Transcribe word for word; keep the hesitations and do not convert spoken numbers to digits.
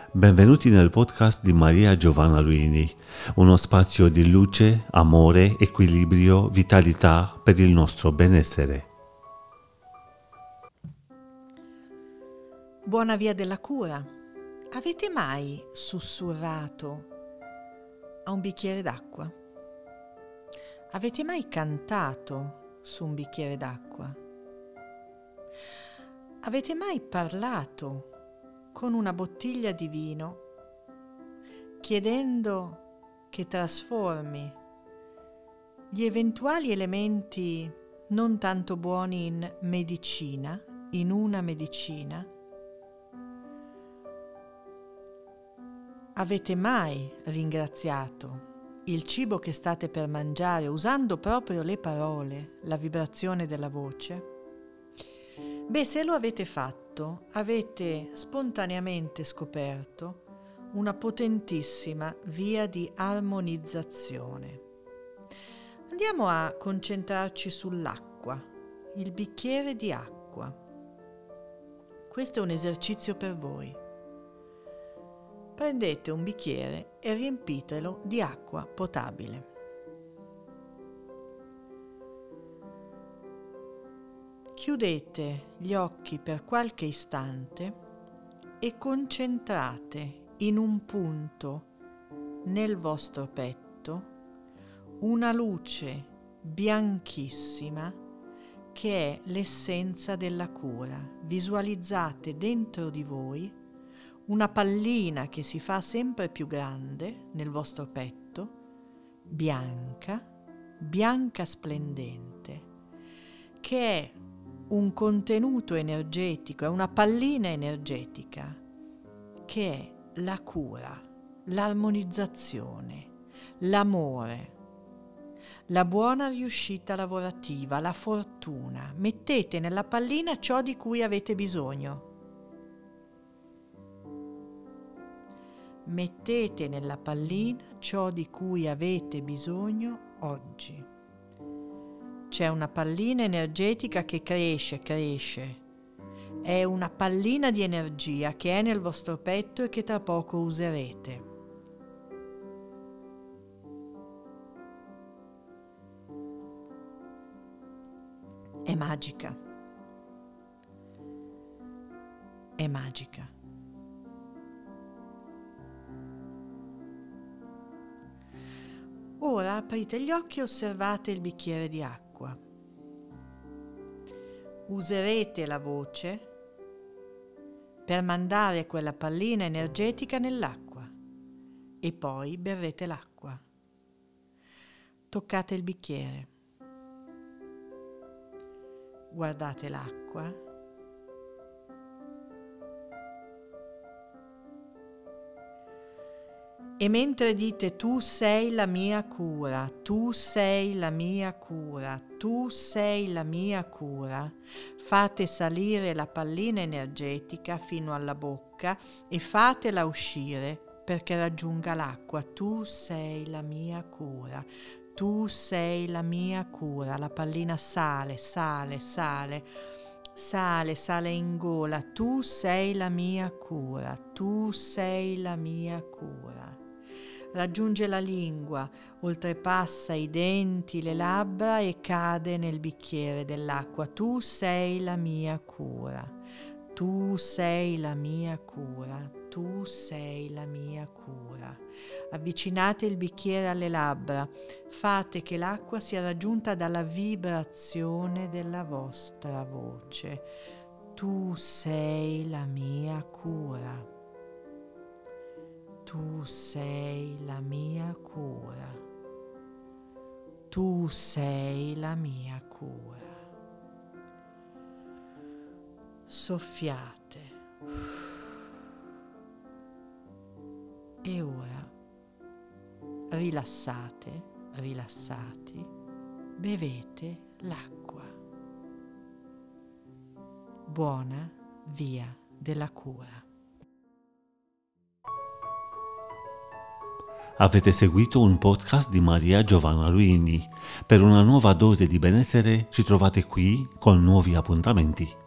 Benvenuti nel podcast di Maria Giovanna Luini, uno spazio di luce, amore, equilibrio, vitalità per il nostro benessere. Buona via della cura. Avete mai sussurrato a un bicchiere d'acqua? Avete mai cantato su un bicchiere d'acqua? Avete mai parlato con una bottiglia di vino chiedendo che trasformi gli eventuali elementi non tanto buoni in medicina, in una medicina? Avete mai ringraziato il cibo che state per mangiare usando proprio le parole, la vibrazione della voce? Beh, se lo avete fatto, avete spontaneamente scoperto una potentissima via di armonizzazione. Andiamo a concentrarci sull'acqua, il bicchiere di acqua. Questo è un esercizio per voi. Prendete un bicchiere e riempitelo di acqua potabile. Chiudete gli occhi per qualche istante e concentrate in un punto nel vostro petto una luce bianchissima che è l'essenza della cura. Visualizzate dentro di voi una pallina che si fa sempre più grande nel vostro petto, bianca, bianca splendente, che è un contenuto energetico, è una pallina energetica che è la cura, l'armonizzazione, l'amore, la buona riuscita lavorativa, la fortuna. Mettete nella pallina ciò di cui avete bisogno. Mettete nella pallina ciò di cui avete bisogno oggi. C'è una pallina energetica che cresce, cresce. È una pallina di energia che è nel vostro petto e che tra poco userete. È magica. È magica. Ora aprite gli occhi e osservate il bicchiere di acqua. Userete la voce per mandare quella pallina energetica nell'acqua e poi berrete l'acqua. Toccate il bicchiere. Guardate l'acqua. E mentre dite tu sei la mia cura, tu sei la mia cura, tu sei la mia cura, fate salire la pallina energetica fino alla bocca e fatela uscire perché raggiunga l'acqua. Tu sei la mia cura, tu sei la mia cura. La pallina sale, sale, sale, sale, sale in gola. Tu sei la mia cura, tu sei la mia cura. Raggiunge la lingua, oltrepassa i denti, le labbra e cade nel bicchiere dell'acqua. Tu sei la mia cura, tu sei la mia cura, tu sei la mia cura. Avvicinate il bicchiere alle labbra, fate che l'acqua sia raggiunta dalla vibrazione della vostra voce. Tu sei la mia cura. Tu sei la mia cura, tu sei la mia cura. Soffiate. E ora rilassate, rilassati, bevete l'acqua. Buona via della cura. Avete seguito un podcast di Maria Giovanna Luini. Per una nuova dose di benessere ci trovate qui con nuovi appuntamenti.